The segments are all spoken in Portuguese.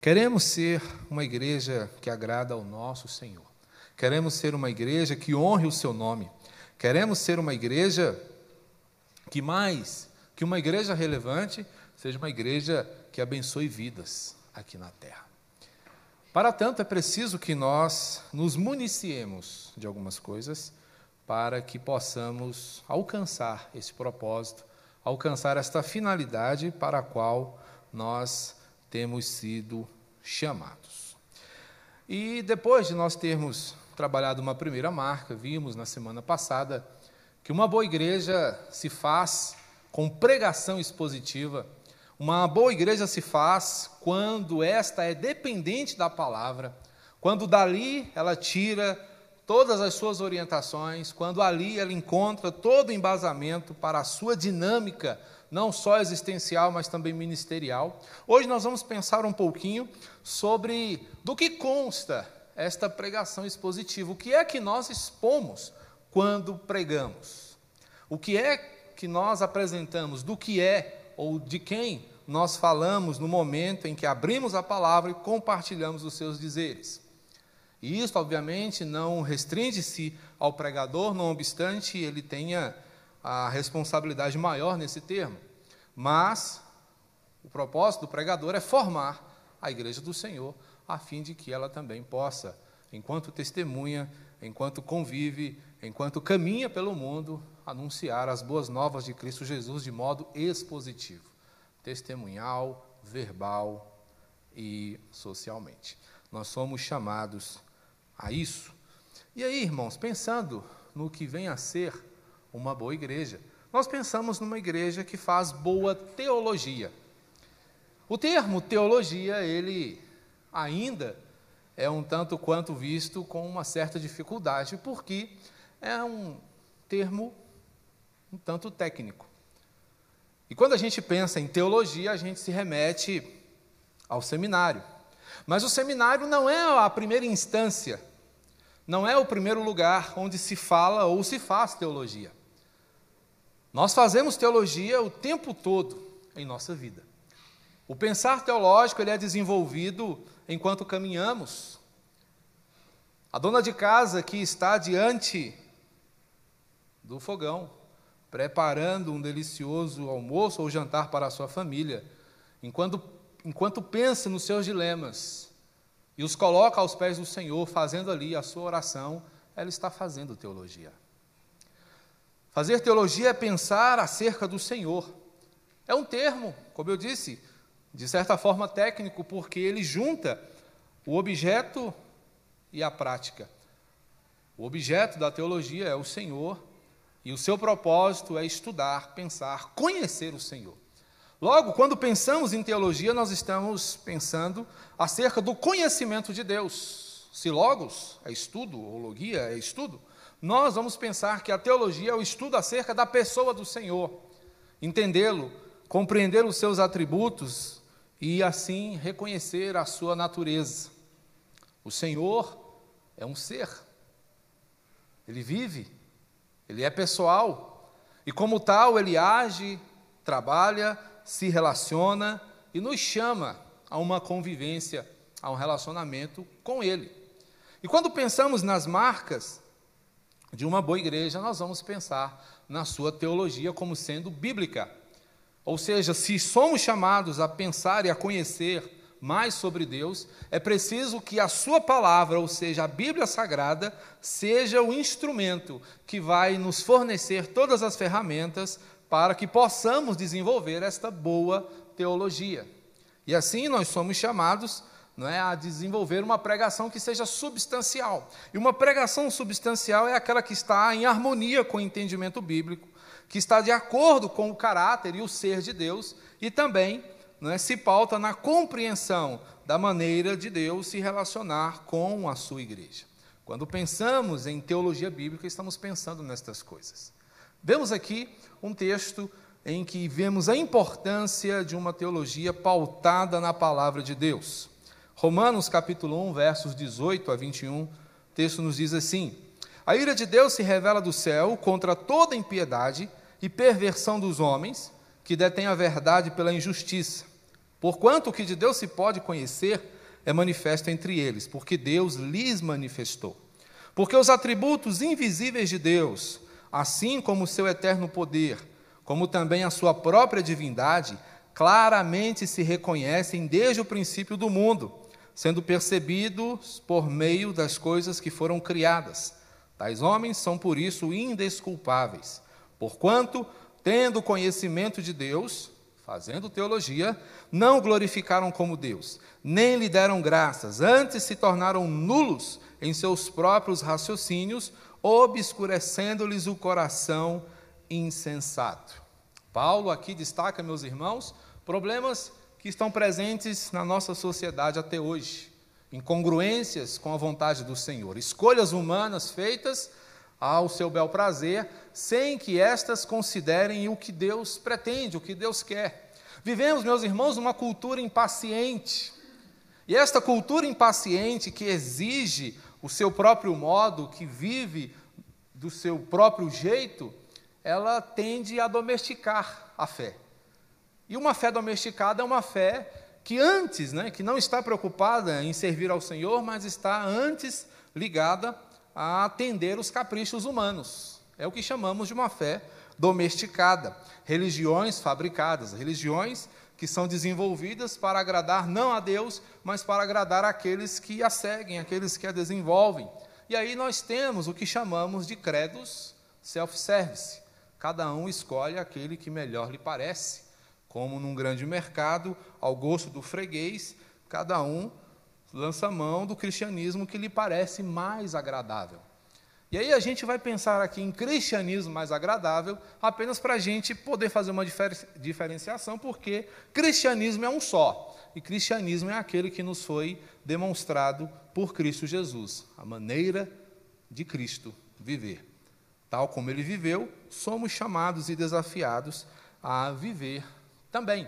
Queremos ser uma igreja que agrada ao nosso Senhor. Queremos ser uma igreja que honre o seu nome. Queremos ser uma igreja que mais que uma igreja relevante, seja uma igreja que abençoe vidas aqui na terra. Para tanto, é preciso que nós nos municiemos de algumas coisas para que possamos alcançar esse propósito, alcançar esta finalidade para a qual nós temos sido chamados. E depois de nós termos trabalhado uma primeira marca, vimos na semana passada que uma boa igreja se faz com pregação expositiva. Uma boa igreja se faz quando esta é dependente da palavra, quando dali ela tira todas as suas orientações, quando ali ela encontra todo o embasamento para a sua dinâmica, não só existencial, mas também ministerial. Hoje nós vamos pensar um pouquinho sobre do que consta esta pregação expositiva. O que é que nós expomos quando pregamos? O que é que nós apresentamos? Do que é ou de quem nós falamos no momento em que abrimos a palavra e compartilhamos os seus dizeres? E isso, obviamente, não restringe-se ao pregador, não obstante ele tenha a responsabilidade maior nesse termo. Mas o propósito do pregador é formar a igreja do Senhor, a fim de que ela também possa, enquanto testemunha, enquanto convive, enquanto caminha pelo mundo, anunciar as boas novas de Cristo Jesus de modo expositivo, testemunhal, verbal e socialmente. Nós somos chamados a isso. E aí, irmãos, pensando no que vem a ser uma boa igreja, nós pensamos numa igreja que faz boa teologia. O termo teologia, ele ainda é um tanto quanto visto com uma certa dificuldade, porque é um termo um tanto técnico. E quando a gente pensa em teologia, a gente se remete ao seminário. Mas o seminário não é a primeira instância, não é o primeiro lugar onde se fala ou se faz teologia. Nós fazemos teologia o tempo todo em nossa vida. O pensar teológico ele é desenvolvido enquanto caminhamos. A dona de casa que está diante do fogão, preparando um delicioso almoço ou jantar para a sua família, enquanto pensa nos seus dilemas e os coloca aos pés do Senhor, fazendo ali a sua oração, ela está fazendo teologia. Fazer teologia é pensar acerca do Senhor. É um termo, como eu disse, de certa forma técnico, porque ele junta o objeto e a prática. O objeto da teologia é o Senhor, e o seu propósito é estudar, pensar, conhecer o Senhor. Logo, quando pensamos em teologia, nós estamos pensando acerca do conhecimento de Deus. Se logos é estudo, ou logia é estudo, nós vamos pensar que a teologia é o estudo acerca da pessoa do Senhor, entendê-lo, compreender os seus atributos e, assim, reconhecer a sua natureza. O Senhor é um ser, ele vive, ele é pessoal, e como tal, ele age, trabalha, se relaciona e nos chama a uma convivência, a um relacionamento com ele. E quando pensamos nas marcas de uma boa igreja, nós vamos pensar na sua teologia como sendo bíblica. Ou seja, se somos chamados a pensar e a conhecer mais sobre Deus, é preciso que a sua palavra, ou seja, a Bíblia Sagrada, seja o instrumento que vai nos fornecer todas as ferramentas para que possamos desenvolver esta boa teologia. E assim nós somos chamados, não é, a desenvolver uma pregação que seja substancial. E uma pregação substancial é aquela que está em harmonia com o entendimento bíblico, que está de acordo com o caráter e o ser de Deus, e também se pauta na compreensão da maneira de Deus se relacionar com a sua igreja. Quando pensamos em teologia bíblica, estamos pensando nestas coisas. Vemos aqui um texto em que vemos a importância de uma teologia pautada na palavra de Deus. Romanos capítulo 1, versos 18 a 21, o texto nos diz assim: a ira de Deus se revela do céu contra toda impiedade e perversão dos homens, que detêm a verdade pela injustiça. Porquanto o que de Deus se pode conhecer é manifesto entre eles, porque Deus lhes manifestou. Porque os atributos invisíveis de Deus, assim como o seu eterno poder, como também a sua própria divindade, claramente se reconhecem desde o princípio do mundo, sendo percebidos por meio das coisas que foram criadas. Tais homens são por isso indesculpáveis, porquanto, tendo conhecimento de Deus, fazendo teologia, não glorificaram como Deus, nem lhe deram graças, antes se tornaram nulos em seus próprios raciocínios, obscurecendo-lhes o coração insensato. Paulo aqui destaca, meus irmãos, problemas que estão presentes na nossa sociedade até hoje, incongruências com a vontade do Senhor, escolhas humanas feitas ao seu bel prazer, sem que estas considerem o que Deus pretende, o que Deus quer. Vivemos, meus irmãos, uma cultura impaciente, e esta cultura impaciente que exige o seu próprio modo, que vive do seu próprio jeito, ela tende a domesticar a fé. E uma fé domesticada é uma fé que antes, que não está preocupada em servir ao Senhor, mas está antes ligada a atender os caprichos humanos. É o que chamamos de uma fé domesticada. Religiões fabricadas, religiões que são desenvolvidas para agradar não a Deus, mas para agradar aqueles que a seguem, aqueles que a desenvolvem. E aí nós temos o que chamamos de credos self-service. Cada um escolhe aquele que melhor lhe parece. Como num grande mercado, ao gosto do freguês, cada um lança mão do cristianismo que lhe parece mais agradável. E aí a gente vai pensar aqui em cristianismo mais agradável, apenas para a gente poder fazer uma diferenciação, porque cristianismo é um só, e cristianismo é aquele que nos foi demonstrado por Cristo Jesus, a maneira de Cristo viver. Tal como ele viveu, somos chamados e desafiados a viver também.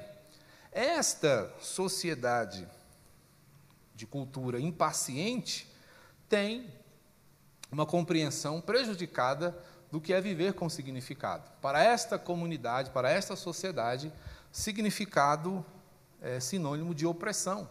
Esta sociedade de cultura impaciente tem uma compreensão prejudicada do que é viver com significado. Para esta comunidade, para esta sociedade, significado é sinônimo de opressão,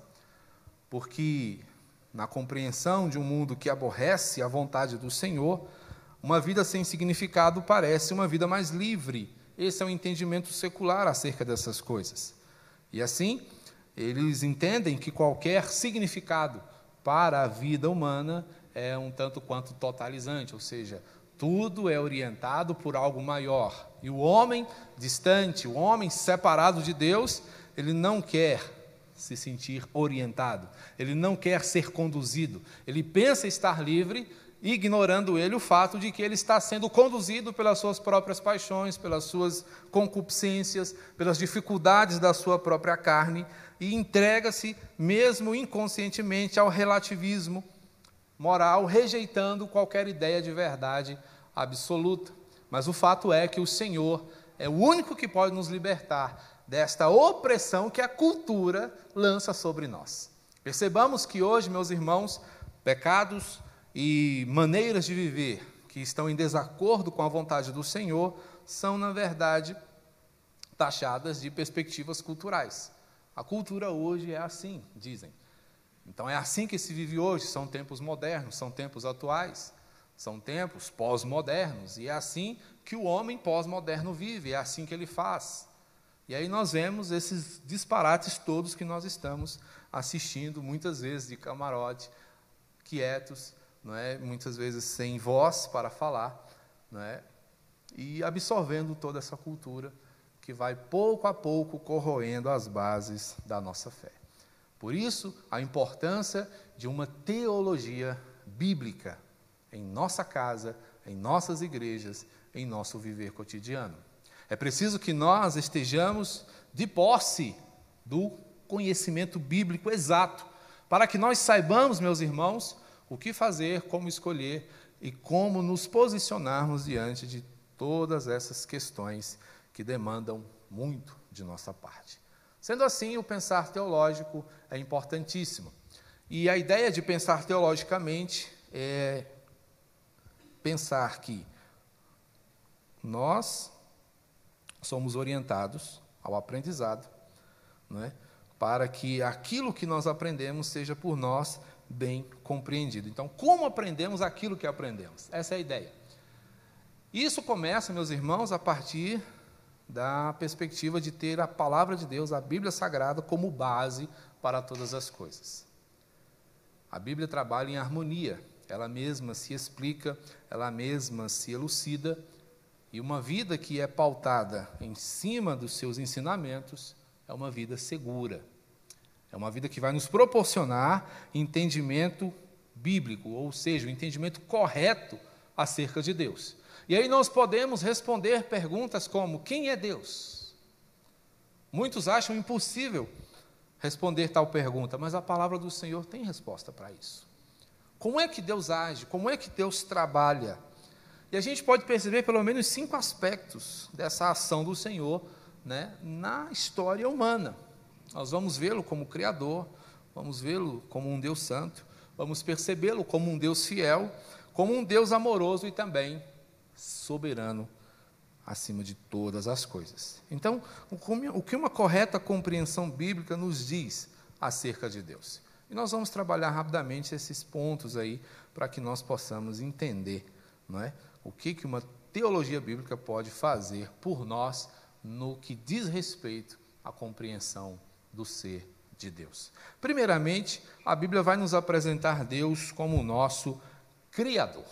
porque na compreensão de um mundo que aborrece a vontade do Senhor, uma vida sem significado parece uma vida mais livre. Esse é o entendimento secular acerca dessas coisas. E assim, eles entendem que qualquer significado para a vida humana é um tanto quanto totalizante, ou seja, tudo é orientado por algo maior. E o homem distante, o homem separado de Deus, ele não quer se sentir orientado, ele não quer ser conduzido, ele pensa estar livre, ignorando ele o fato de que ele está sendo conduzido pelas suas próprias paixões, pelas suas concupiscências, pelas dificuldades da sua própria carne, e entrega-se, mesmo inconscientemente, ao relativismo moral, rejeitando qualquer ideia de verdade absoluta. Mas o fato é que o Senhor é o único que pode nos libertar desta opressão que a cultura lança sobre nós. Percebamos que hoje, meus irmãos, pecados e maneiras de viver que estão em desacordo com a vontade do Senhor são, na verdade, taxadas de perspectivas culturais. A cultura hoje é assim, dizem. Então é assim que se vive hoje, são tempos modernos, são tempos atuais, são tempos pós-modernos, e é assim que o homem pós-moderno vive, é assim que ele faz. E aí nós vemos esses disparates todos que nós estamos assistindo, muitas vezes de camarote, quietos, não é? Muitas vezes sem voz para falar, não é? E absorvendo toda essa cultura que vai pouco a pouco corroendo as bases da nossa fé. Por isso, a importância de uma teologia bíblica em nossa casa, em nossas igrejas, em nosso viver cotidiano. É preciso que nós estejamos de posse do conhecimento bíblico exato, para que nós saibamos, meus irmãos, o que fazer, como escolher e como nos posicionarmos diante de todas essas questões que demandam muito de nossa parte. Sendo assim, o pensar teológico é importantíssimo. E a ideia de pensar teologicamente é pensar que nós somos orientados ao aprendizado, não é? para que aquilo que nós aprendemos seja por nós bem compreendido. Então, como aprendemos aquilo que aprendemos? Essa é a ideia. Isso começa, meus irmãos, a partir da perspectiva de ter a palavra de Deus, a Bíblia Sagrada, como base para todas as coisas. A Bíblia trabalha em harmonia, ela mesma se explica, ela mesma se elucida, e uma vida que é pautada em cima dos seus ensinamentos é uma vida segura. É uma vida que vai nos proporcionar entendimento bíblico, ou seja, o entendimento correto acerca de Deus. E aí nós podemos responder perguntas como: quem é Deus? Muitos acham impossível responder tal pergunta, mas a palavra do Senhor tem resposta para isso. Como é que Deus age? Como é que Deus trabalha? E a gente pode perceber pelo menos 5 aspectos dessa ação do Senhor, né, na história humana. Nós vamos vê-lo como Criador, vamos vê-lo como um Deus santo, vamos percebê-lo como um Deus fiel, como um Deus amoroso e também soberano acima de todas as coisas. Então, o que uma correta compreensão bíblica nos diz acerca de Deus? E nós vamos trabalhar rapidamente esses pontos aí, para que nós possamos entender, não é, o que uma teologia bíblica pode fazer por nós no que diz respeito à compreensão do ser de Deus. Primeiramente, a Bíblia vai nos apresentar Deus como o nosso Criador.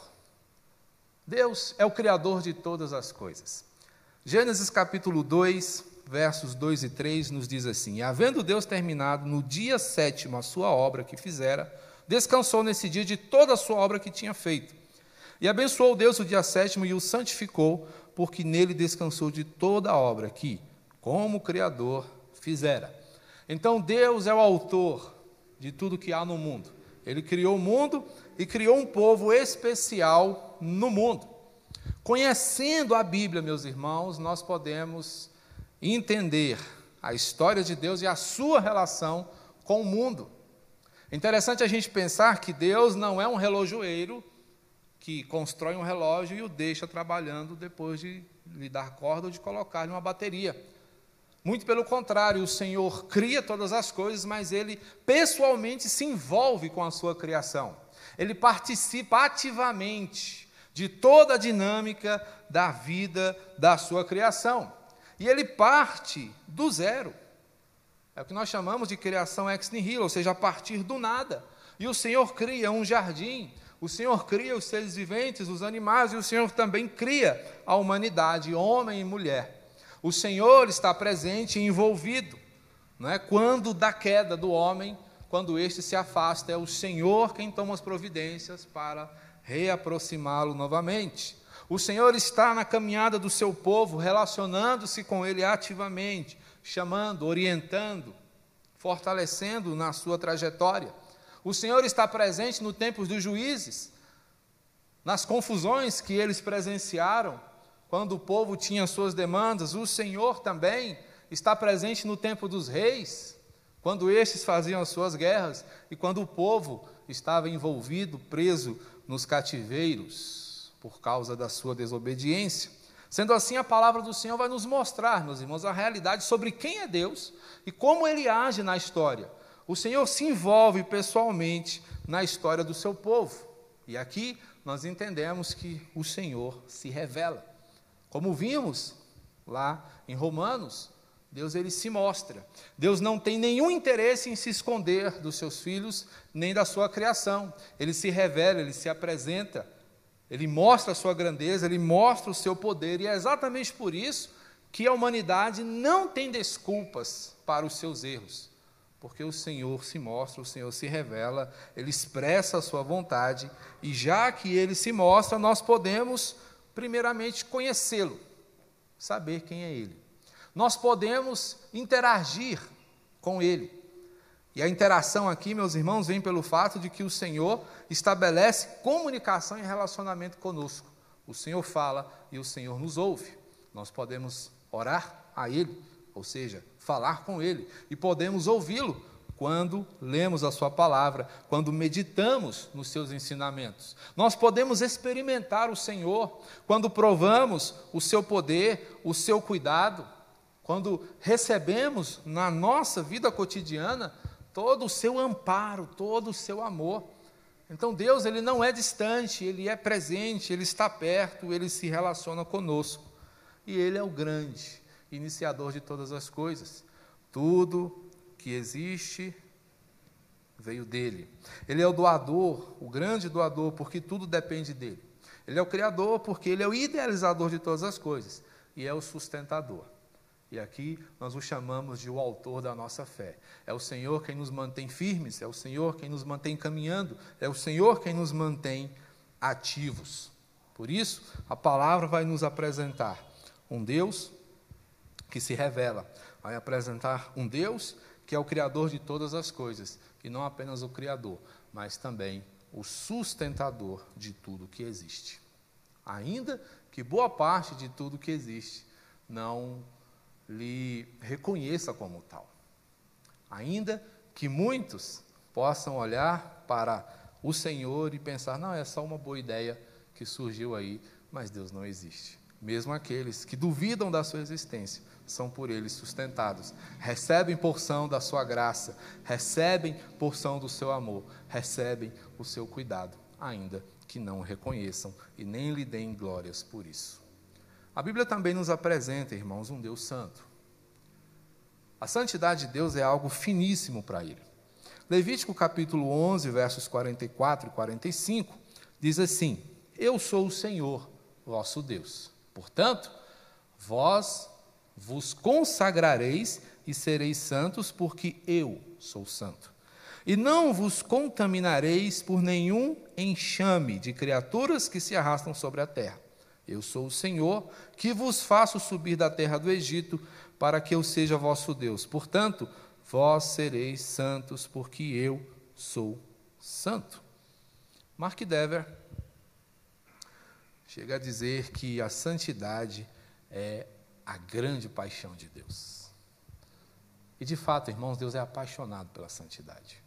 Deus é o Criador de todas as coisas. Gênesis capítulo 2, versos 2 e 3 nos diz assim: e havendo Deus terminado no dia 7º a sua obra que fizera, descansou nesse dia de toda a sua obra que tinha feito. E abençoou Deus o dia 7º e o santificou, porque nele descansou de toda a obra que, como Criador, fizera. Então, Deus é o autor de tudo que há no mundo. Ele criou o mundo e criou um povo especial no mundo. Conhecendo a Bíblia, meus irmãos, nós podemos entender a história de Deus e a sua relação com o mundo. É interessante a gente pensar que Deus não é um relojoeiro que constrói um relógio e o deixa trabalhando depois de lhe dar corda ou de colocar-lhe uma bateria. Muito pelo contrário, o Senhor cria todas as coisas, mas Ele pessoalmente se envolve com a sua criação. Ele participa ativamente de toda a dinâmica da vida da sua criação. E Ele parte do zero. É o que nós chamamos de criação ex nihilo, ou seja, a partir do nada. E o Senhor cria um jardim, o Senhor cria os seres viventes, os animais, e o Senhor também cria a humanidade, homem e mulher. O Senhor está presente e envolvido, não é? Quando da queda do homem, quando este se afasta, é o Senhor quem toma as providências para reaproximá-lo novamente. O Senhor está na caminhada do seu povo, relacionando-se com ele ativamente, chamando, orientando, fortalecendo na sua trajetória. O Senhor está presente no tempo dos juízes, nas confusões que eles presenciaram, quando o povo tinha suas demandas. O Senhor também está presente no tempo dos reis, quando estes faziam as suas guerras e quando o povo estava envolvido, preso nos cativeiros por causa da sua desobediência. Sendo assim, a palavra do Senhor vai nos mostrar, meus irmãos, a realidade sobre quem é Deus e como Ele age na história. O Senhor se envolve pessoalmente na história do seu povo. E aqui nós entendemos que o Senhor se revela. Como vimos lá em Romanos, Deus ele se mostra. Deus não tem nenhum interesse em se esconder dos seus filhos, nem da sua criação. Ele se revela, ele se apresenta, ele mostra a sua grandeza, ele mostra o seu poder, e é exatamente por isso que a humanidade não tem desculpas para os seus erros, porque o Senhor se mostra, o Senhor se revela, ele expressa a sua vontade, e já que ele se mostra, nós podemos primeiramente conhecê-lo, saber quem é ele. Nós podemos interagir com ele. E a interação aqui, meus irmãos, vem pelo fato de que o Senhor estabelece comunicação e relacionamento conosco. O Senhor fala e o Senhor nos ouve. Nós podemos orar a ele, ou seja, falar com ele, e podemos ouvi-lo quando lemos a sua palavra, quando meditamos nos seus ensinamentos. Nós podemos experimentar o Senhor quando provamos o seu poder, o seu cuidado, quando recebemos na nossa vida cotidiana todo o seu amparo, todo o seu amor. Então Deus, Ele não é distante, Ele é presente, Ele está perto, Ele se relaciona conosco. E Ele é o grande iniciador de todas as coisas. Tudo que existe veio dEle. Ele é o doador, o grande doador, porque tudo depende dEle. Ele é o Criador, porque Ele é o idealizador de todas as coisas. E é o sustentador. E aqui nós o chamamos de o autor da nossa fé. É o Senhor quem nos mantém firmes, é o Senhor quem nos mantém caminhando, é o Senhor quem nos mantém ativos. Por isso, a palavra vai nos apresentar um Deus que se revela, vai apresentar um Deus que é o Criador de todas as coisas, e não apenas o Criador, mas também o sustentador de tudo que existe. Ainda que boa parte de tudo que existe não lhe reconheça como tal. Ainda que muitos possam olhar para o Senhor e pensar, não, é só uma boa ideia que surgiu aí, mas Deus não existe. Mesmo aqueles que duvidam da sua existência, são por Ele sustentados, recebem porção da sua graça, recebem porção do seu amor, recebem o seu cuidado, ainda que não o reconheçam e nem lhe deem glórias por isso. A Bíblia também nos apresenta, irmãos, um Deus santo. A santidade de Deus é algo finíssimo para Ele. Levítico capítulo 11, versos 44 e 45, diz assim: Eu sou o Senhor, vosso Deus. Portanto, vós vos consagrareis e sereis santos, porque eu sou santo. E não vos contaminareis por nenhum enxame de criaturas que se arrastam sobre a terra. Eu sou o Senhor, que vos faço subir da terra do Egito, para que eu seja vosso Deus. Portanto, vós sereis santos, porque eu sou santo. Mark Dever chega a dizer que a santidade é a grande paixão de Deus. E de fato, irmãos, Deus é apaixonado pela santidade.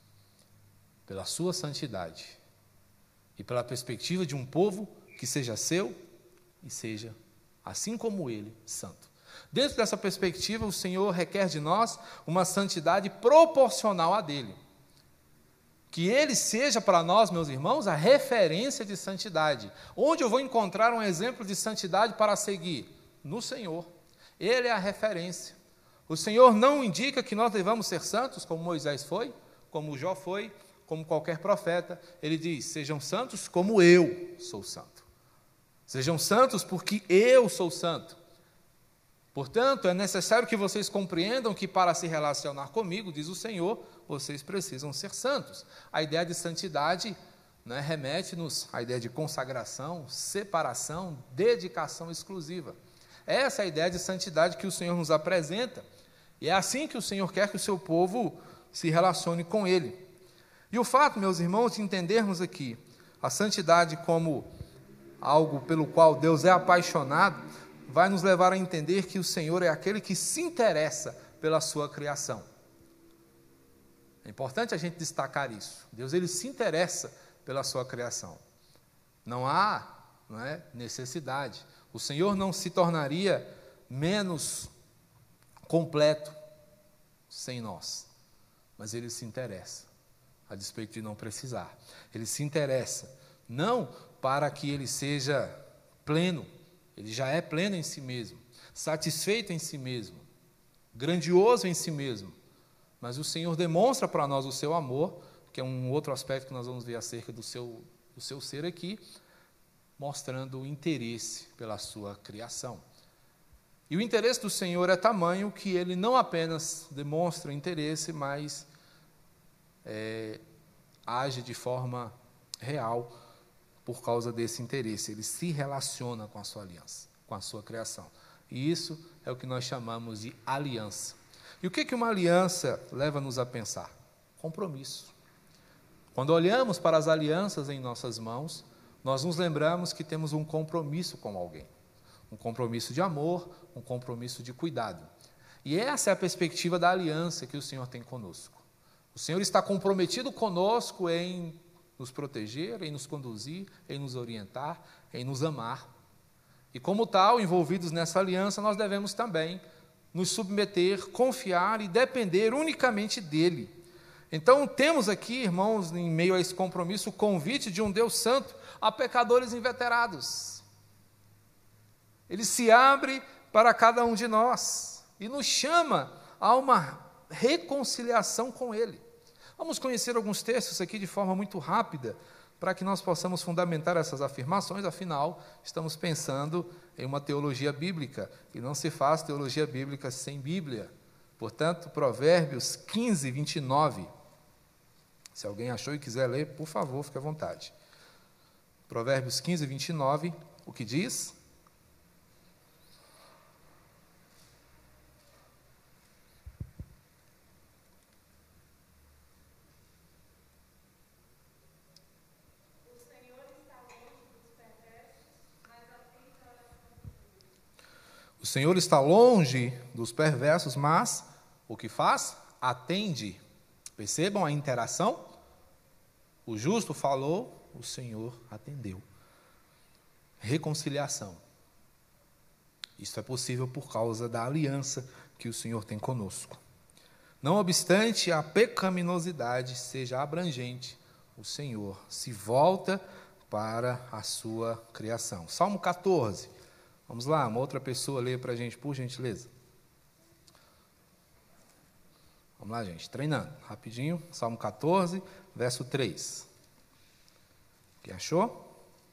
Pela sua santidade. E pela perspectiva de um povo que seja seu e seja, assim como Ele, santo. Dentro dessa perspectiva, o Senhor requer de nós uma santidade proporcional à dele. Que Ele seja para nós, meus irmãos, a referência de santidade. Onde eu vou encontrar um exemplo de santidade para seguir? No Senhor. Ele é a referência. O Senhor não indica que nós devamos ser santos, como Moisés foi, como Jó foi, como qualquer profeta. Ele diz, sejam santos como eu sou santo. Sejam santos porque eu sou santo. Portanto, é necessário que vocês compreendam que para se relacionar comigo, diz o Senhor, vocês precisam ser santos. A ideia de santidade, né, remete-nos à ideia de consagração, separação, dedicação exclusiva. Essa é a ideia de santidade que o Senhor nos apresenta. E é assim que o Senhor quer que o seu povo se relacione com Ele. E o fato, meus irmãos, de entendermos aqui a santidade como algo pelo qual Deus é apaixonado, vai nos levar a entender que o Senhor é aquele que se interessa pela sua criação. É importante a gente destacar isso. Deus, Ele se interessa pela sua criação. Não há, necessidade. O Senhor não se tornaria menos completo sem nós. Mas Ele se interessa, a despeito de não precisar. Ele se interessa, não para que Ele seja pleno. Ele já é pleno em si mesmo, satisfeito em si mesmo, grandioso em si mesmo. Mas o Senhor demonstra para nós o seu amor, que é um outro aspecto que nós vamos ver acerca do seu ser aqui, mostrando o interesse pela sua criação. E o interesse do Senhor é tamanho que Ele não apenas demonstra interesse, mas age de forma real por causa desse interesse. Ele se relaciona com a sua aliança, com a sua criação. E isso é o que nós chamamos de aliança. E o que uma aliança leva-nos a pensar? Compromisso. Quando olhamos para as alianças em nossas mãos, nós nos lembramos que temos um compromisso com alguém. Um compromisso de amor, um compromisso de cuidado. E essa é a perspectiva da aliança que o Senhor tem conosco. O Senhor está comprometido conosco em nos proteger, em nos conduzir, em nos orientar, em nos amar. E como tal, envolvidos nessa aliança, nós devemos também nos submeter, confiar e depender unicamente dele. Então, temos aqui, irmãos, em meio a esse compromisso, o convite de um Deus santo a pecadores inveterados. Ele se abre para cada um de nós e nos chama a uma reconciliação com ele. Vamos conhecer alguns textos aqui de forma muito rápida, para que nós possamos fundamentar essas afirmações. Afinal, estamos pensando em uma teologia bíblica, e não se faz teologia bíblica sem Bíblia. Portanto, Provérbios 15, 29. Se alguém achou e quiser ler, por favor, fique à vontade. Provérbios 15, 29, o que diz? O Senhor está longe dos perversos, mas o que faz? Atende. Percebam a interação? O justo falou, o Senhor atendeu. Reconciliação. Isso é possível por causa da aliança que o Senhor tem conosco. Não obstante a pecaminosidade seja abrangente, o Senhor se volta para a sua criação. Salmo 14. Vamos lá, uma outra pessoa lê para a gente, por gentileza. Vamos lá, gente, treinando, rapidinho. Salmo 14, verso 3. Quem achou?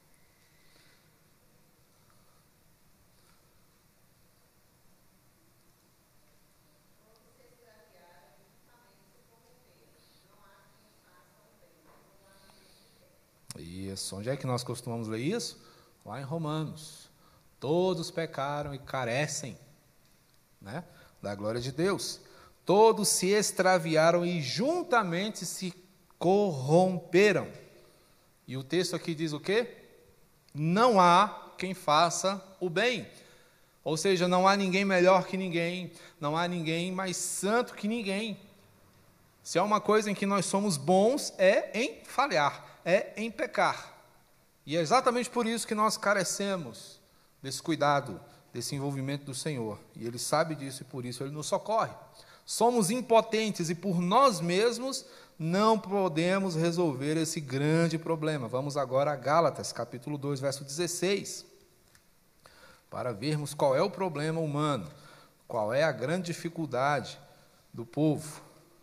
Isso, onde é que nós costumamos ler isso? Lá em Romanos. Todos pecaram e carecem, né, da glória de Deus. Todos se extraviaram e juntamente se corromperam. E o texto aqui diz o quê? Não há quem faça o bem. Ou seja, não há ninguém melhor que ninguém, não há ninguém mais santo que ninguém. Se há uma coisa em que nós somos bons, é em falhar, é em pecar. E é exatamente por isso que nós carecemos desse cuidado, desse envolvimento do Senhor. E Ele sabe disso e por isso Ele nos socorre. Somos impotentes e por nós mesmos não podemos resolver esse grande problema. Vamos agora a Gálatas, capítulo 2, verso 16, para vermos qual é o problema humano, qual é a grande dificuldade do povo.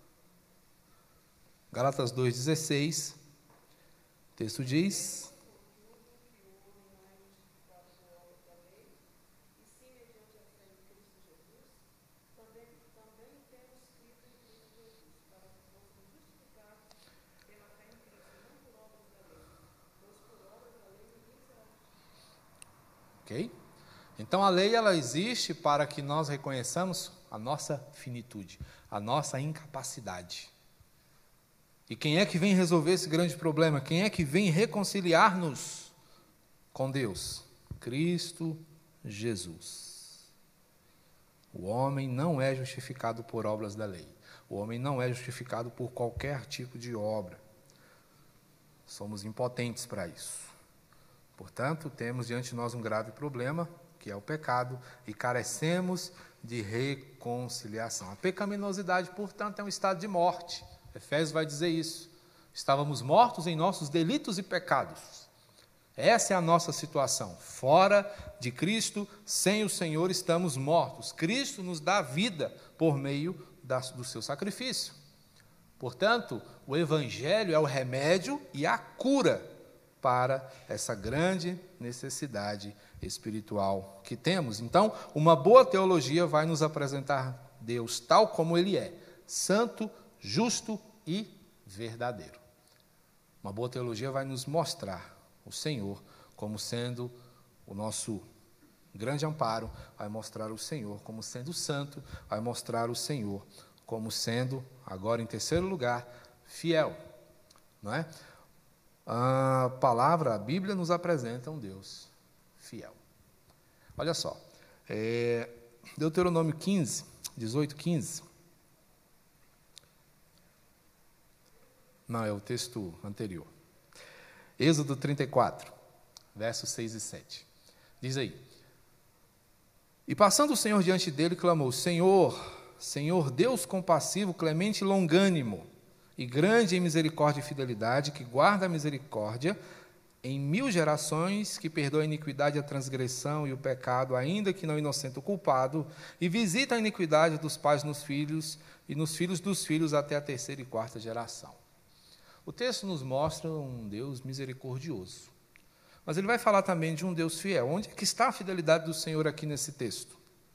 Gálatas 2,16, o texto diz: ok? Então a lei ela existe para que nós reconheçamos a nossa finitude, a nossa incapacidade. E quem é que vem resolver esse grande problema? Quem é que vem reconciliar-nos com Deus? Cristo Jesus. O homem não é justificado por obras da lei. O homem não é justificado por qualquer tipo de obra. Somos impotentes para isso. Portanto, temos diante de nós um grave problema, que é o pecado, e carecemos de reconciliação. A pecaminosidade, portanto, é um estado de morte. Efésios vai dizer isso. Estávamos mortos em nossos delitos e pecados. Essa é a nossa situação. Fora de Cristo, sem o Senhor, estamos mortos. Cristo nos dá vida por meio do seu sacrifício. Portanto, o Evangelho é o remédio e a cura para essa grande necessidade espiritual que temos. Então, uma boa teologia vai nos apresentar Deus tal como Ele é, santo, justo e verdadeiro. Uma boa teologia vai nos mostrar o Senhor como sendo o nosso grande amparo, vai mostrar o Senhor como sendo santo, vai mostrar o Senhor como sendo, agora em terceiro lugar, fiel. Não é? A palavra, a Bíblia nos apresenta um Deus fiel. Olha só, Deuteronômio 15, 18, 15. Não, é o texto anterior. Êxodo 34, versos 6 e 7. Diz aí: E passando o Senhor diante dele, clamou: Senhor, Senhor Deus compassivo, clemente e longânimo, e grande em misericórdia e fidelidade, que guarda a misericórdia em 1000 gerações, que perdoa a iniquidade, a transgressão e o pecado, ainda que não inocente o culpado, e visita a iniquidade dos pais nos filhos, e nos filhos dos filhos até a 3ª e 4ª geração. O texto nos mostra um Deus misericordioso. Mas ele vai falar também de um Deus fiel. Onde é que está a fidelidade do Senhor aqui nesse texto?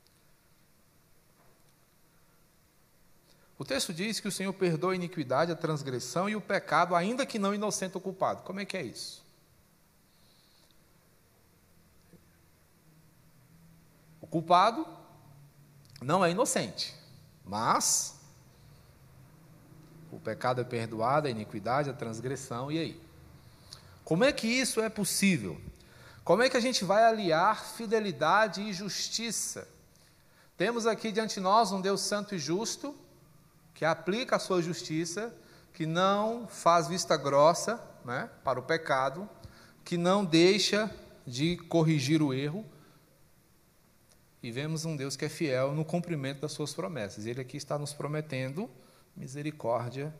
O texto diz que o Senhor perdoa a iniquidade, a transgressão e o pecado, ainda que não inocente o culpado. Como é que é isso? O culpado não é inocente, mas o pecado é perdoado, a iniquidade, a transgressão, e aí? Como é que isso é possível? Como é que a gente vai aliar fidelidade e justiça? Temos aqui diante de nós um Deus santo e justo, que aplica a sua justiça, que não faz vista grossa, né, para o pecado, que não deixa de corrigir o erro, e vemos um Deus que é fiel no cumprimento das suas promessas. Ele aqui está nos prometendo misericórdia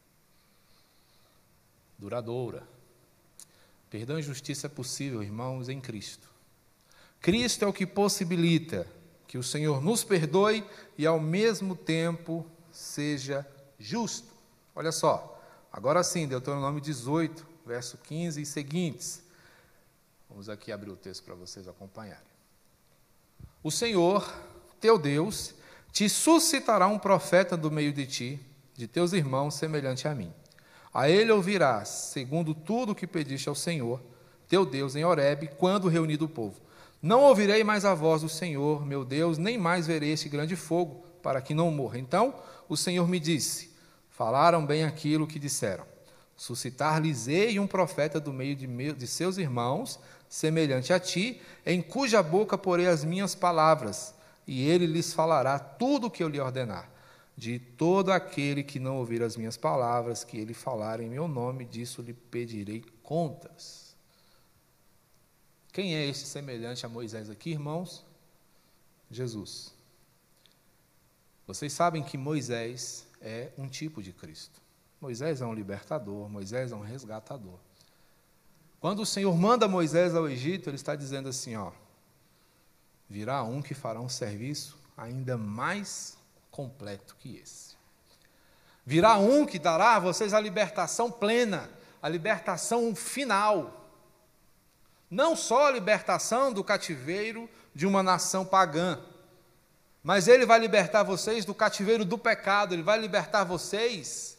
duradoura. Perdão e justiça é possível, irmãos, em Cristo. Cristo é o que possibilita que o Senhor nos perdoe e, ao mesmo tempo, seja justo. Olha só, agora sim, Deuteronômio 18, verso 15 e seguintes. Vamos aqui abrir o texto para vocês acompanharem. O Senhor, teu Deus, te suscitará um profeta do meio de ti, de teus irmãos, semelhante a mim. A ele ouvirás, segundo tudo o que pediste ao Senhor, teu Deus, em Horebe, quando reunido o povo. Não ouvirei mais a voz do Senhor, meu Deus, nem mais verei este grande fogo, para que não morra. Então o Senhor me disse: falaram bem aquilo que disseram. Suscitar-lhes-ei um profeta do meio de seus irmãos, semelhante a ti, em cuja boca porei as minhas palavras, e ele lhes falará tudo o que eu lhe ordenar. De todo aquele que não ouvir as minhas palavras, que ele falar em meu nome, disso lhe pedirei contas. Quem é este semelhante a Moisés aqui, irmãos? Jesus. Vocês sabem que Moisés é um tipo de Cristo. Moisés é um libertador, Moisés é um resgatador. Quando o Senhor manda Moisés ao Egito, ele está dizendo assim, ó: virá um que fará um serviço ainda mais completo que esse. Virá um que dará a vocês a libertação plena, a libertação final. Não só a libertação do cativeiro de uma nação pagã, mas ele vai libertar vocês do cativeiro do pecado, ele vai libertar vocês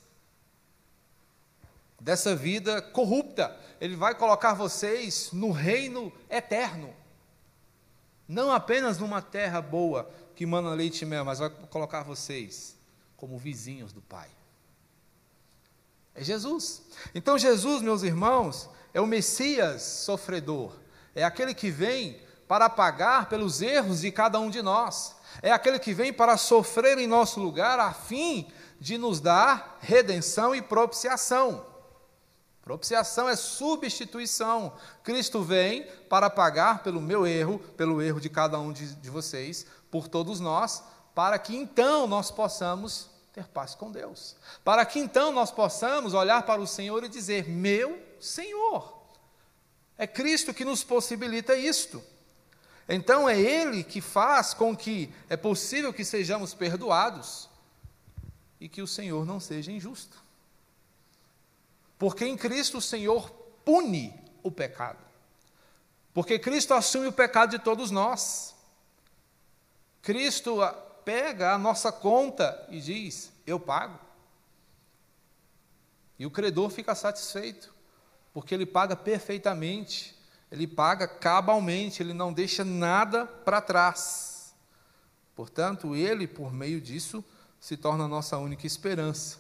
dessa vida corrupta, ele vai colocar vocês no reino eterno. Não apenas numa terra boa, que mana leite e mel, mas vai colocar vocês como vizinhos do Pai. É Jesus. Então Jesus, meus irmãos, é o Messias sofredor. É aquele que vem para pagar pelos erros de cada um de nós. É aquele que vem para sofrer em nosso lugar, a fim de nos dar redenção e propiciação. Propiciação é substituição. Cristo vem para pagar pelo meu erro, pelo erro de cada um de vocês, por todos nós, para que então nós possamos ter paz com Deus. Para que então nós possamos olhar para o Senhor e dizer: meu Senhor. É Cristo que nos possibilita isto. Então é Ele que faz com que é possível que sejamos perdoados e que o Senhor não seja injusto. Porque em Cristo o Senhor pune o pecado. Porque Cristo assume o pecado de todos nós. Cristo pega a nossa conta e diz: eu pago. E o credor fica satisfeito, porque ele paga perfeitamente, ele paga cabalmente, ele não deixa nada para trás. Portanto, ele, por meio disso, se torna a nossa única esperança.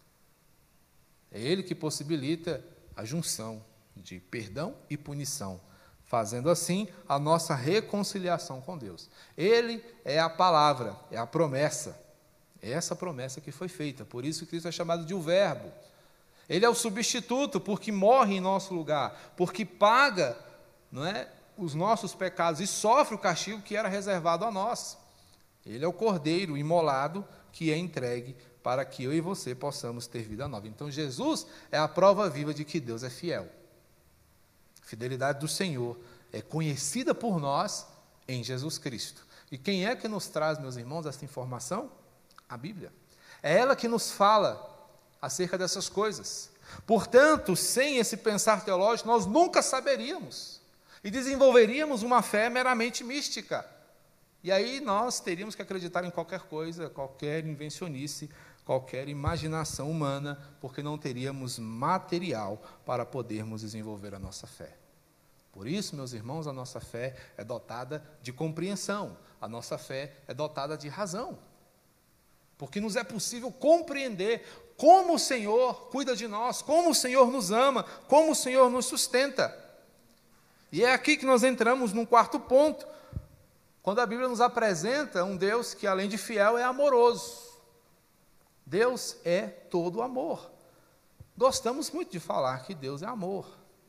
É ele que possibilita a junção de perdão e punição, fazendo assim a nossa reconciliação com Deus. Ele é a palavra, é a promessa. É essa promessa que foi feita. Por isso Cristo é chamado de o Verbo. Ele é o substituto, porque morre em nosso lugar, porque paga, não é, os nossos pecados e sofre o castigo que era reservado a nós. Ele é o cordeiro imolado que é entregue para que eu e você possamos ter vida nova. Então, Jesus é a prova viva de que Deus é fiel. A fidelidade do Senhor é conhecida por nós em Jesus Cristo. E quem é que nos traz, meus irmãos, essa informação? A Bíblia. É ela que nos fala acerca dessas coisas. Portanto, sem esse pensar teológico, nós nunca saberíamos e desenvolveríamos uma fé meramente mística. E aí nós teríamos que acreditar em qualquer coisa, qualquer invencionice, qualquer imaginação humana, porque não teríamos material para podermos desenvolver a nossa fé. Por isso, meus irmãos, a nossa fé é dotada de compreensão, a nossa fé é dotada de razão, porque nos é possível compreender como o Senhor cuida de nós, como o Senhor nos ama, como o Senhor nos sustenta. E é aqui que nós entramos num quarto ponto, quando a Bíblia nos apresenta um Deus que, além de fiel, é amoroso. Deus é todo amor. Gostamos muito de falar que Deus é amor.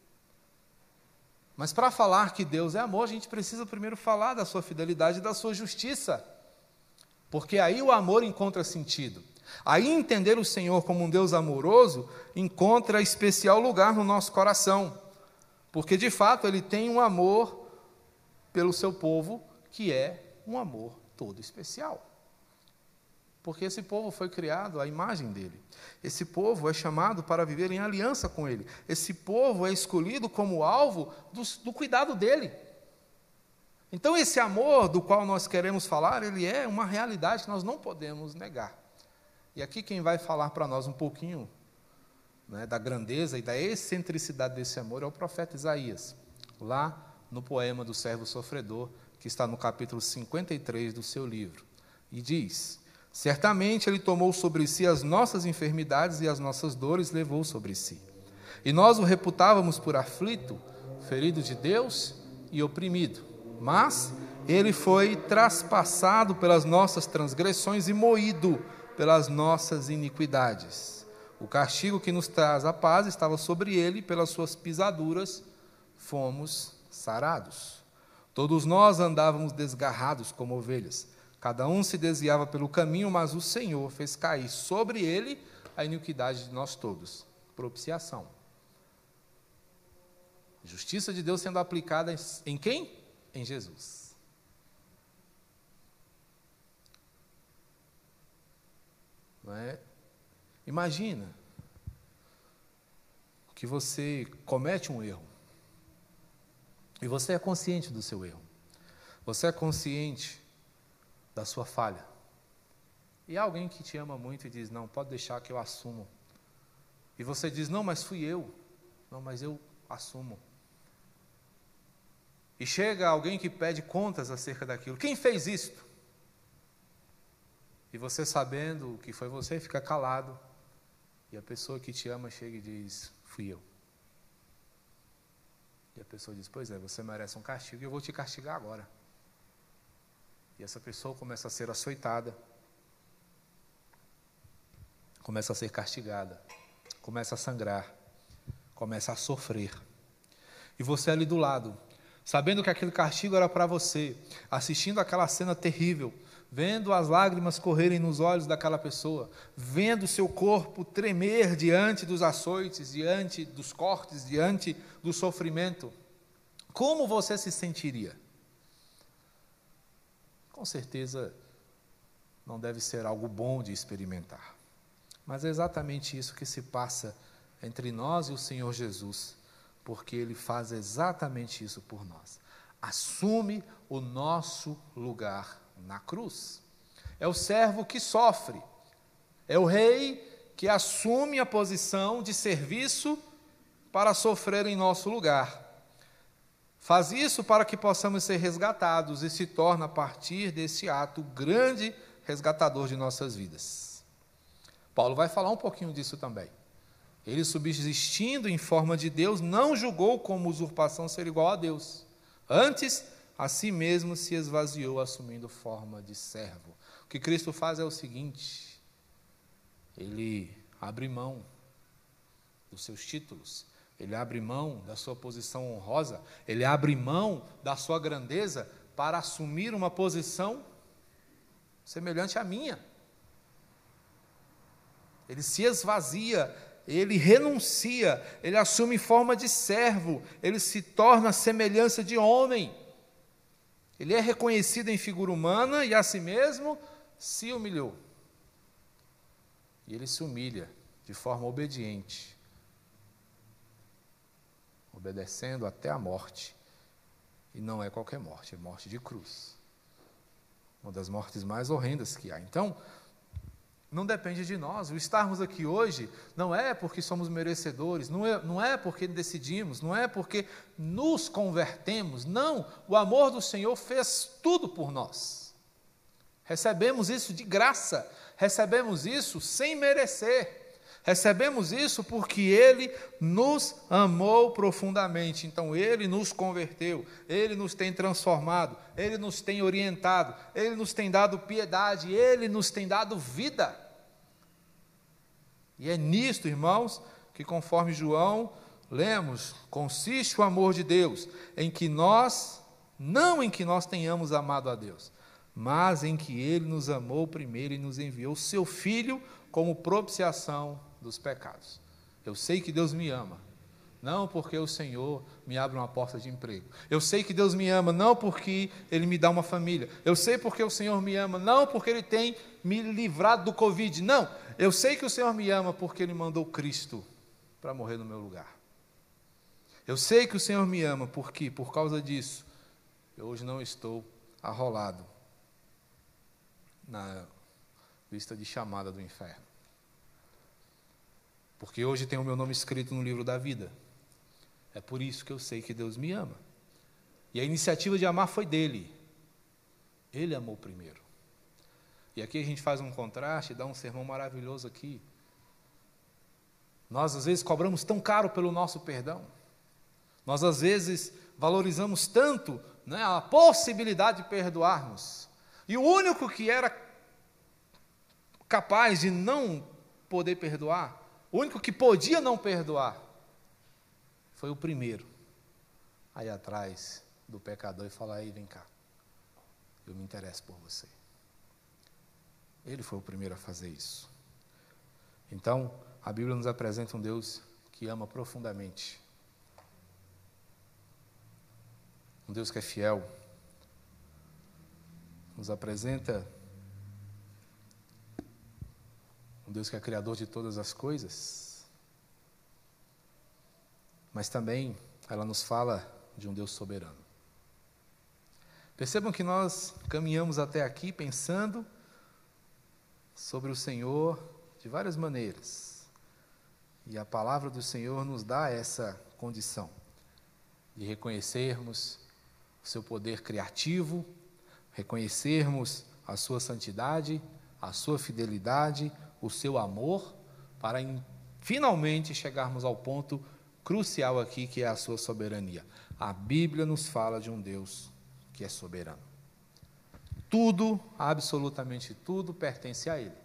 Mas para falar que Deus é amor, a gente precisa primeiro falar da sua fidelidade e da sua justiça. Porque aí o amor encontra sentido. Aí entender o Senhor como um Deus amoroso encontra especial lugar no nosso coração. Porque, de fato, Ele tem um amor pelo seu povo, que é um amor todo especial. Porque esse povo foi criado à imagem dele. Esse povo é chamado para viver em aliança com ele. Esse povo é escolhido como alvo do cuidado dele. Então, esse amor do qual nós queremos falar, ele é uma realidade que nós não podemos negar. E aqui quem vai falar para nós um pouquinho, né, da grandeza e da excentricidade desse amor é o profeta Isaías, lá no poema do servo sofredor, que está no capítulo 53 do seu livro. E diz: certamente Ele tomou sobre si as nossas enfermidades e as nossas dores levou sobre si. E nós o reputávamos por aflito, ferido de Deus e oprimido. Mas Ele foi traspassado pelas nossas transgressões e moído pelas nossas iniquidades. O castigo que nos traz a paz estava sobre Ele, e pelas suas pisaduras fomos sarados. Todos nós andávamos desgarrados como ovelhas. Cada um se desviava pelo caminho, mas o Senhor fez cair sobre ele a iniquidade de nós todos. Propiciação. Justiça de Deus sendo aplicada em quem? Em Jesus. Não é? Imagina que você comete um erro e você é consciente do seu erro. Você é consciente da sua falha. E há alguém que te ama muito e diz: não, pode deixar que eu assumo. E você diz: não, mas fui eu. Não, mas eu assumo. E chega alguém que pede contas acerca daquilo. Quem fez isto? E você, sabendo que foi você, fica calado. E a pessoa que te ama chega e diz: fui eu. E a pessoa diz: pois é, você merece um castigo e eu vou te castigar agora. E essa pessoa começa a ser açoitada, começa a ser castigada, começa a sangrar, começa a sofrer. E você ali do lado, sabendo que aquele castigo era para você, assistindo aquela cena terrível, vendo as lágrimas correrem nos olhos daquela pessoa, vendo o seu corpo tremer diante dos açoites, diante dos cortes, diante do sofrimento, como você se sentiria? Com certeza não deve ser algo bom de experimentar. Mas é exatamente isso que se passa entre nós e o Senhor Jesus, porque Ele faz exatamente isso por nós. Assume o nosso lugar na cruz. É o servo que sofre, é o rei que assume a posição de serviço para sofrer em nosso lugar. Faz isso para que possamos ser resgatados e se torna, a partir desse ato, o grande resgatador de nossas vidas. Paulo vai falar um pouquinho disso também. Ele, subsistindo em forma de Deus, não julgou como usurpação ser igual a Deus. Antes, a si mesmo se esvaziou, assumindo forma de servo. O que Cristo faz é o seguinte: Ele abre mão dos seus títulos, ele abre mão da sua posição honrosa, ele abre mão da sua grandeza para assumir uma posição semelhante à minha. Ele se esvazia, ele renuncia, ele assume forma de servo, ele se torna a semelhança de homem. Ele é reconhecido em figura humana e a si mesmo se humilhou. E ele se humilha de forma obediente, obedecendo até a morte. E não é qualquer morte, é morte de cruz. Uma das mortes mais horrendas que há. Então, não depende de nós. O estarmos aqui hoje não é porque somos merecedores, não é porque decidimos, não é porque nos convertemos. Não, o amor do Senhor fez tudo por nós. Recebemos isso de graça, recebemos isso sem merecer. Recebemos isso porque Ele nos amou profundamente. Então, Ele nos converteu, Ele nos tem transformado, Ele nos tem orientado, Ele nos tem dado piedade, Ele nos tem dado vida. E é nisto, irmãos, que conforme João lemos, consiste o amor de Deus, não em que nós tenhamos amado a Deus, mas em que Ele nos amou primeiro e nos enviou o Seu Filho como propiciação dos pecados. Eu sei que Deus me ama, não porque o Senhor me abre uma porta de emprego. Eu sei que Deus me ama, não porque Ele me dá uma família. Eu sei porque o Senhor me ama, não porque Ele tem me livrado do Covid. Não, eu sei que o Senhor me ama porque Ele mandou Cristo para morrer no meu lugar. Eu sei que o Senhor me ama porque, por causa disso, eu hoje não estou arrolado na lista de chamada do inferno. Porque hoje tem o meu nome escrito no livro da vida. É por isso que eu sei que Deus me ama. E a iniciativa de amar foi dele. Ele amou primeiro. E aqui a gente faz um contraste, dá um sermão maravilhoso aqui. Nós, às vezes, cobramos tão caro pelo nosso perdão. Nós, às vezes, valorizamos tanto, né, a possibilidade de perdoarmos. E o único que era capaz de não poder perdoar, o único que podia não perdoar, foi o primeiro a ir atrás do pecador e falar: "Ei, vem cá, eu me interesso por você." Ele foi o primeiro a fazer isso. Então, a Bíblia nos apresenta um Deus que ama profundamente. Um Deus que é fiel. Nos apresenta um Deus que é criador de todas as coisas. Mas também ela nos fala de um Deus soberano. Percebam que nós caminhamos até aqui pensando sobre o Senhor de várias maneiras. E a palavra do Senhor nos dá essa condição de reconhecermos o seu poder criativo, reconhecermos a sua santidade, a sua fidelidade, o seu amor, para finalmente chegarmos ao ponto crucial aqui, que é a sua soberania. A Bíblia nos fala de um Deus que é soberano. Tudo, absolutamente tudo, pertence a Ele.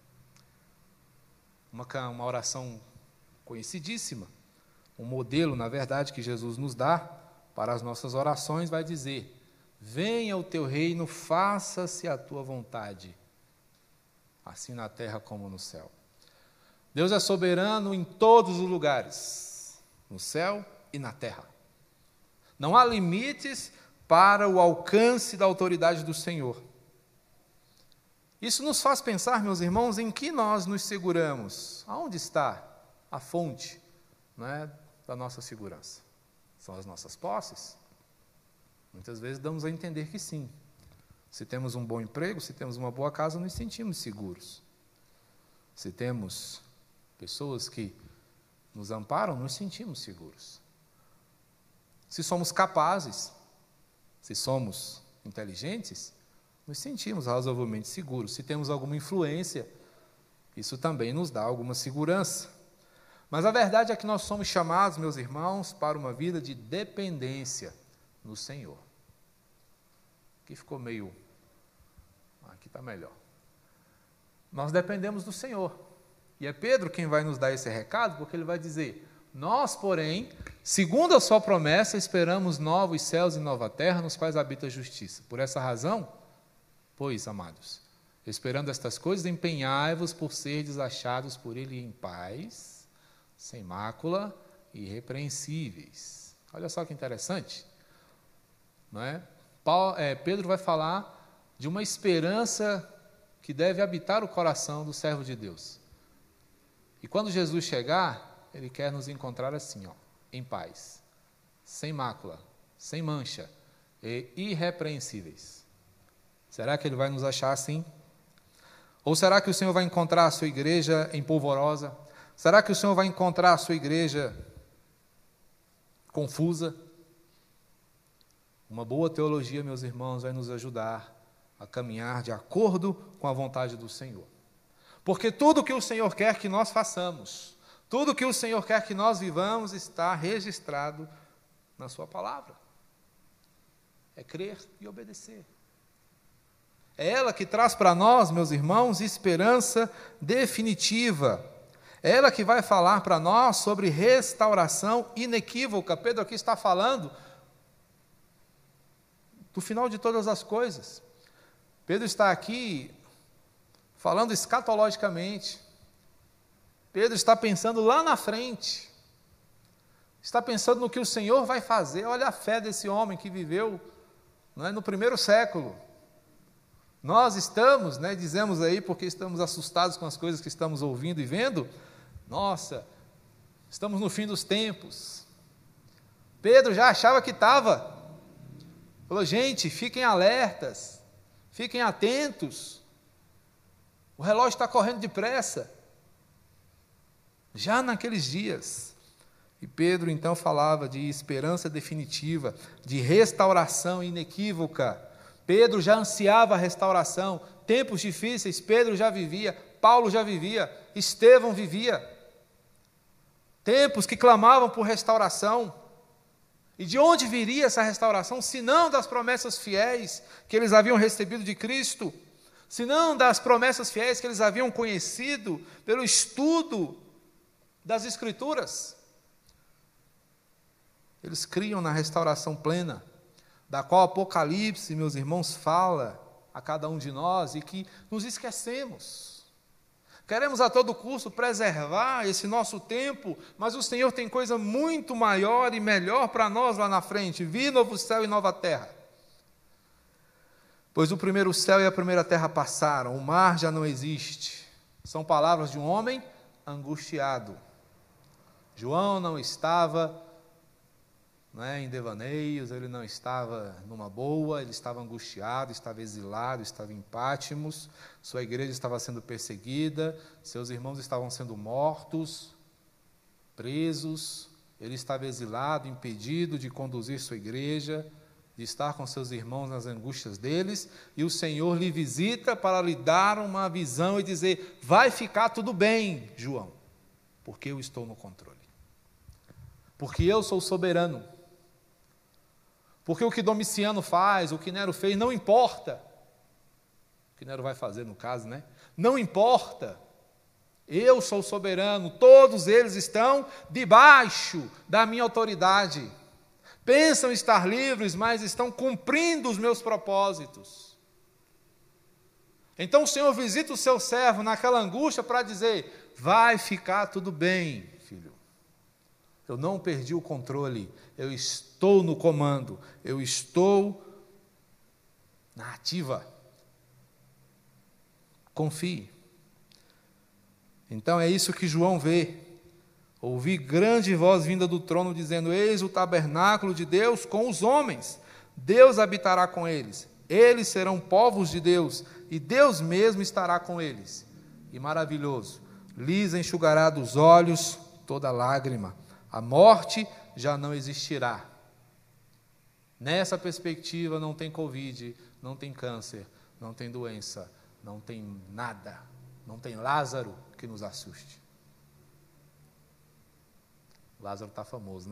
Uma oração conhecidíssima, um modelo, na verdade, que Jesus nos dá para as nossas orações, vai dizer: "Venha o teu reino, faça-se a tua vontade, assim na terra como no céu." Deus é soberano em todos os lugares, no céu e na terra. Não há limites para o alcance da autoridade do Senhor. Isso nos faz pensar, meus irmãos, em que nós nos seguramos. Aonde está a fonte, né, da nossa segurança? São as nossas posses? Muitas vezes damos a entender que sim. Se temos um bom emprego, se temos uma boa casa, nos sentimos seguros. Se temos pessoas que nos amparam, nos sentimos seguros. Se somos capazes, se somos inteligentes, nos sentimos razoavelmente seguros. Se temos alguma influência, isso também nos dá alguma segurança. Mas a verdade é que nós somos chamados, meus irmãos, para uma vida de dependência no Senhor. Aqui ficou meio... Aqui está melhor. Nós dependemos do Senhor. E é Pedro quem vai nos dar esse recado, porque ele vai dizer: Nós, porém, segundo a sua promessa, esperamos novos céus e nova terra, nos quais habita a justiça. Por essa razão, pois, amados, esperando estas coisas, empenhai-vos por serdes achados por ele em paz, sem mácula e irrepreensíveis. Olha só que interessante, não é? Pedro vai falar de uma esperança que deve habitar o coração do servo de Deus. E quando Jesus chegar, ele quer nos encontrar assim, em paz, sem mácula, sem mancha e irrepreensíveis. Será que ele vai nos achar assim? Ou será que o Senhor vai encontrar a sua igreja em polvorosa? Será que o Senhor vai encontrar a sua igreja confusa? Uma boa teologia, meus irmãos, vai nos ajudar a caminhar de acordo com a vontade do Senhor. Porque tudo que o Senhor quer que nós façamos, tudo que o Senhor quer que nós vivamos, está registrado na sua palavra. É crer e obedecer. É ela que traz para nós, meus irmãos, esperança definitiva. É ela que vai falar para nós sobre restauração inequívoca. Pedro aqui está falando do final de todas as coisas. Pedro está aqui falando escatologicamente. Pedro está pensando lá na frente. Está pensando no que o Senhor vai fazer. Olha a fé desse homem que viveu, não é, no primeiro século. Nós estamos, dizemos aí, porque estamos assustados com as coisas que estamos ouvindo e vendo, nossa, estamos no fim dos tempos. Pedro já achava que estava. Falou, gente, fiquem alertas, fiquem atentos. O relógio está correndo depressa. Já naqueles dias. E Pedro então falava de esperança definitiva, de restauração inequívoca. Pedro já ansiava a restauração. Tempos difíceis, Pedro já vivia, Paulo já vivia, Estevão vivia. Tempos que clamavam por restauração. E de onde viria essa restauração, se não das promessas fiéis que eles haviam recebido de Cristo, se não das promessas fiéis que eles haviam conhecido pelo estudo das Escrituras? Eles criam na restauração plena, da qual Apocalipse, meus irmãos, fala a cada um de nós e que nos esquecemos. Queremos a todo custo preservar esse nosso tempo, mas o Senhor tem coisa muito maior e melhor para nós lá na frente. Vi novo céu e nova terra. Pois o primeiro céu e a primeira terra passaram, o mar já não existe. São palavras de um homem angustiado. João não estava em devaneios, ele não estava numa boa, ele estava angustiado, estava exilado, estava em Pátimos, sua igreja estava sendo perseguida, seus irmãos estavam sendo mortos, presos, ele estava exilado, impedido de conduzir sua igreja, de estar com seus irmãos nas angústias deles, e o Senhor lhe visita para lhe dar uma visão e dizer, vai ficar tudo bem, João, porque eu estou no controle, porque eu sou soberano. Porque o que Domiciano faz, o que Nero fez, não importa. O que Nero vai fazer, no caso, Não importa. Eu sou soberano, todos eles estão debaixo da minha autoridade. Pensam estar livres, mas estão cumprindo os meus propósitos. Então o Senhor visita o seu servo naquela angústia para dizer, vai ficar tudo bem, filho. Eu não perdi o controle, eu estou no comando, eu estou na ativa. Confie. Então é isso que João vê. Ouvi grande voz vinda do trono dizendo, eis o tabernáculo de Deus com os homens. Deus habitará com eles. Eles serão povos de Deus e Deus mesmo estará com eles. E maravilhoso, lhes enxugará dos olhos toda lágrima. A morte já não existirá. Nessa perspectiva não tem Covid, não tem câncer, não tem doença, não tem nada, não tem Lázaro que nos assuste. Lázaro está famoso,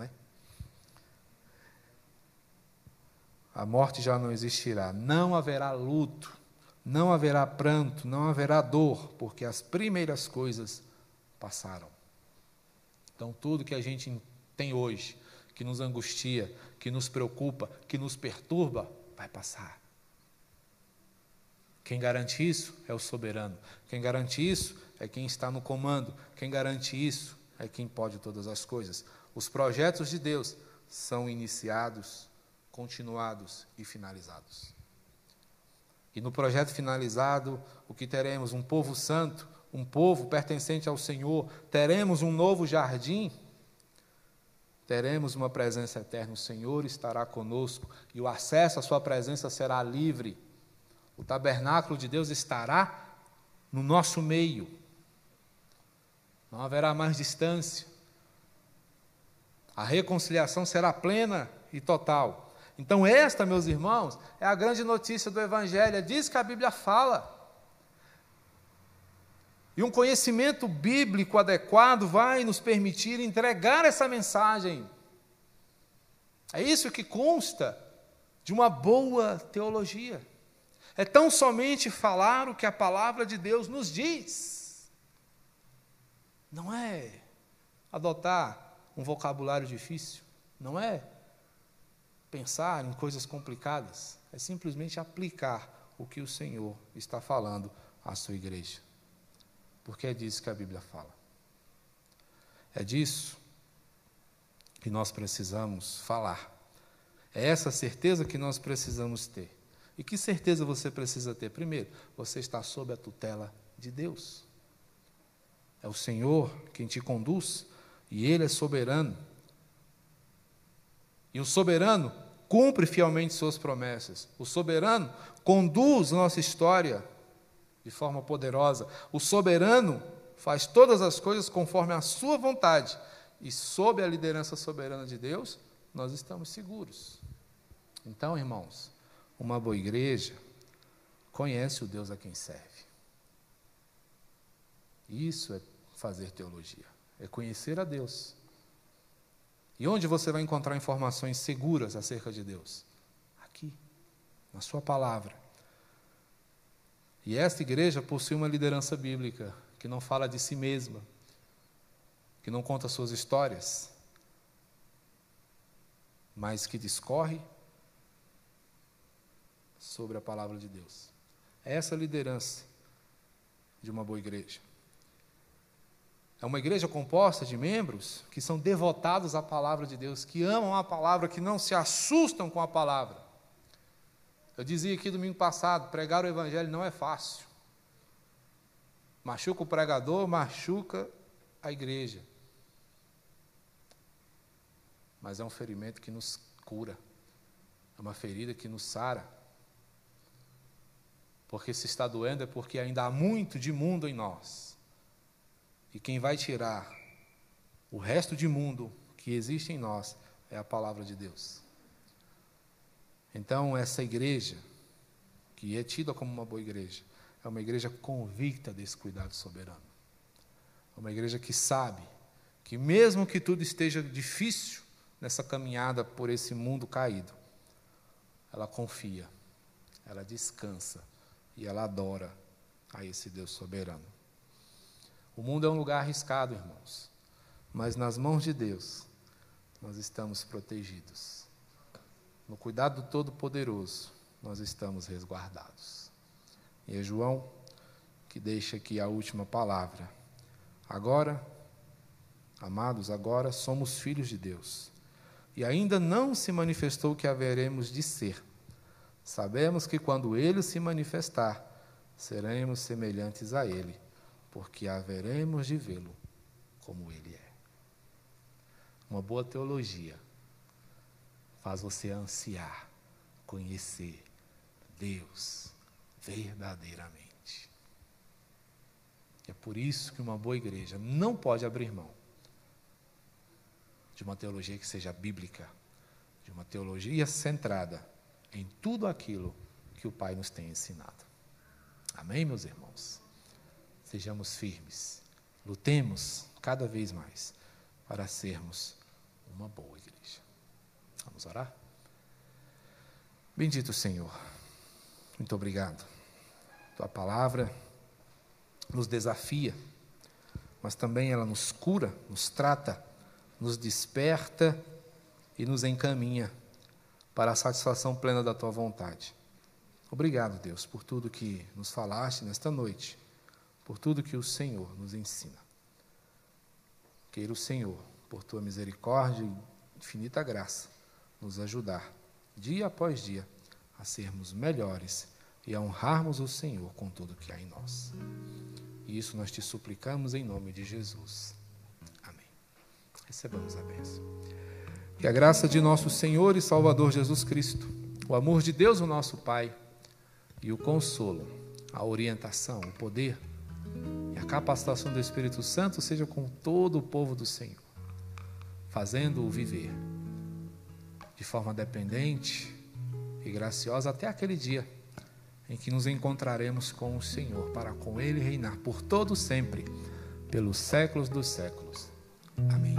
A morte já não existirá, não haverá luto, não haverá pranto, não haverá dor, porque as primeiras coisas passaram. Então, tudo que a gente tem hoje, que nos angustia, que nos preocupa, que nos perturba, vai passar. Quem garante isso é o soberano. Quem garante isso é quem está no comando. Quem garante isso é quem pode todas as coisas. Os projetos de Deus são iniciados, continuados e finalizados. E no projeto finalizado, o que teremos? Um povo santo, um povo pertencente ao Senhor, teremos um novo jardim, teremos uma presença eterna. O Senhor estará conosco e o acesso à sua presença será livre. O tabernáculo de Deus estará no nosso meio. Não haverá mais distância. A reconciliação será plena e total. Então esta, meus irmãos, é a grande notícia do Evangelho. É disso que a Bíblia fala. E um conhecimento bíblico adequado vai nos permitir entregar essa mensagem. É isso que consta de uma boa teologia. É tão somente falar o que a palavra de Deus nos diz. Não é adotar um vocabulário difícil. Não é pensar em coisas complicadas. É simplesmente aplicar o que o Senhor está falando à sua igreja. Porque é disso que a Bíblia fala. É disso que nós precisamos falar. É essa certeza que nós precisamos ter. E que certeza você precisa ter? Primeiro, você está sob a tutela de Deus. É o Senhor quem te conduz e Ele é soberano. E o soberano cumpre fielmente suas promessas. O soberano conduz nossa história de forma poderosa. O soberano faz todas as coisas conforme a sua vontade. E sob a liderança soberana de Deus, nós estamos seguros. Então, irmãos, uma boa igreja conhece o Deus a quem serve. Isso é fazer teologia, é conhecer a Deus. E onde você vai encontrar informações seguras acerca de Deus? Aqui, na sua palavra. E esta igreja possui uma liderança bíblica que não fala de si mesma, que não conta suas histórias, mas que discorre sobre a palavra de Deus. É essa a liderança de uma boa igreja. É uma igreja composta de membros que são devotados à palavra de Deus, que amam a palavra, que não se assustam com a palavra. Eu dizia aqui domingo passado, pregar o evangelho não é fácil. Machuca o pregador, machuca a igreja. Mas é um ferimento que nos cura. É uma ferida que nos sara. Porque se está doendo é porque ainda há muito de mundo em nós. E quem vai tirar o resto de mundo que existe em nós é a palavra de Deus. Então, essa igreja, que é tida como uma boa igreja, é uma igreja convicta desse cuidado soberano. É uma igreja que sabe que mesmo que tudo esteja difícil nessa caminhada por esse mundo caído, ela confia, ela descansa e ela adora a esse Deus soberano. O mundo é um lugar arriscado, irmãos, mas nas mãos de Deus nós estamos protegidos. No cuidado do Todo-Poderoso nós estamos resguardados. E é João que deixa aqui a última palavra. Agora, amados, agora somos filhos de Deus. E ainda não se manifestou o que haveremos de ser. Sabemos que quando Ele se manifestar, seremos semelhantes a Ele, porque haveremos de vê-lo como Ele é. Uma boa teologia faz você ansiar, conhecer Deus verdadeiramente. É por isso que uma boa igreja não pode abrir mão de uma teologia que seja bíblica, de uma teologia centrada em tudo aquilo que o Pai nos tem ensinado. Amém, meus irmãos? Sejamos firmes, lutemos cada vez mais para sermos uma boa igreja. Vamos orar? Bendito Senhor, muito obrigado. Tua palavra nos desafia, mas também ela nos cura, nos trata, nos desperta e nos encaminha para a satisfação plena da Tua vontade. Obrigado, Deus, por tudo que nos falaste nesta noite, por tudo que o Senhor nos ensina. Queira o Senhor, por Tua misericórdia e infinita graça, nos ajudar, dia após dia, a sermos melhores e a honrarmos o Senhor com tudo que há em nós. E isso nós te suplicamos em nome de Jesus. Amém. Recebamos a bênção. Que a graça de nosso Senhor e Salvador Jesus Cristo, o amor de Deus, o nosso Pai, e o consolo, a orientação, o poder e a capacitação do Espírito Santo seja com todo o povo do Senhor, fazendo-o viver de forma dependente e graciosa até aquele dia em que nos encontraremos com o Senhor, para com Ele reinar por todo sempre, pelos séculos dos séculos. Amém.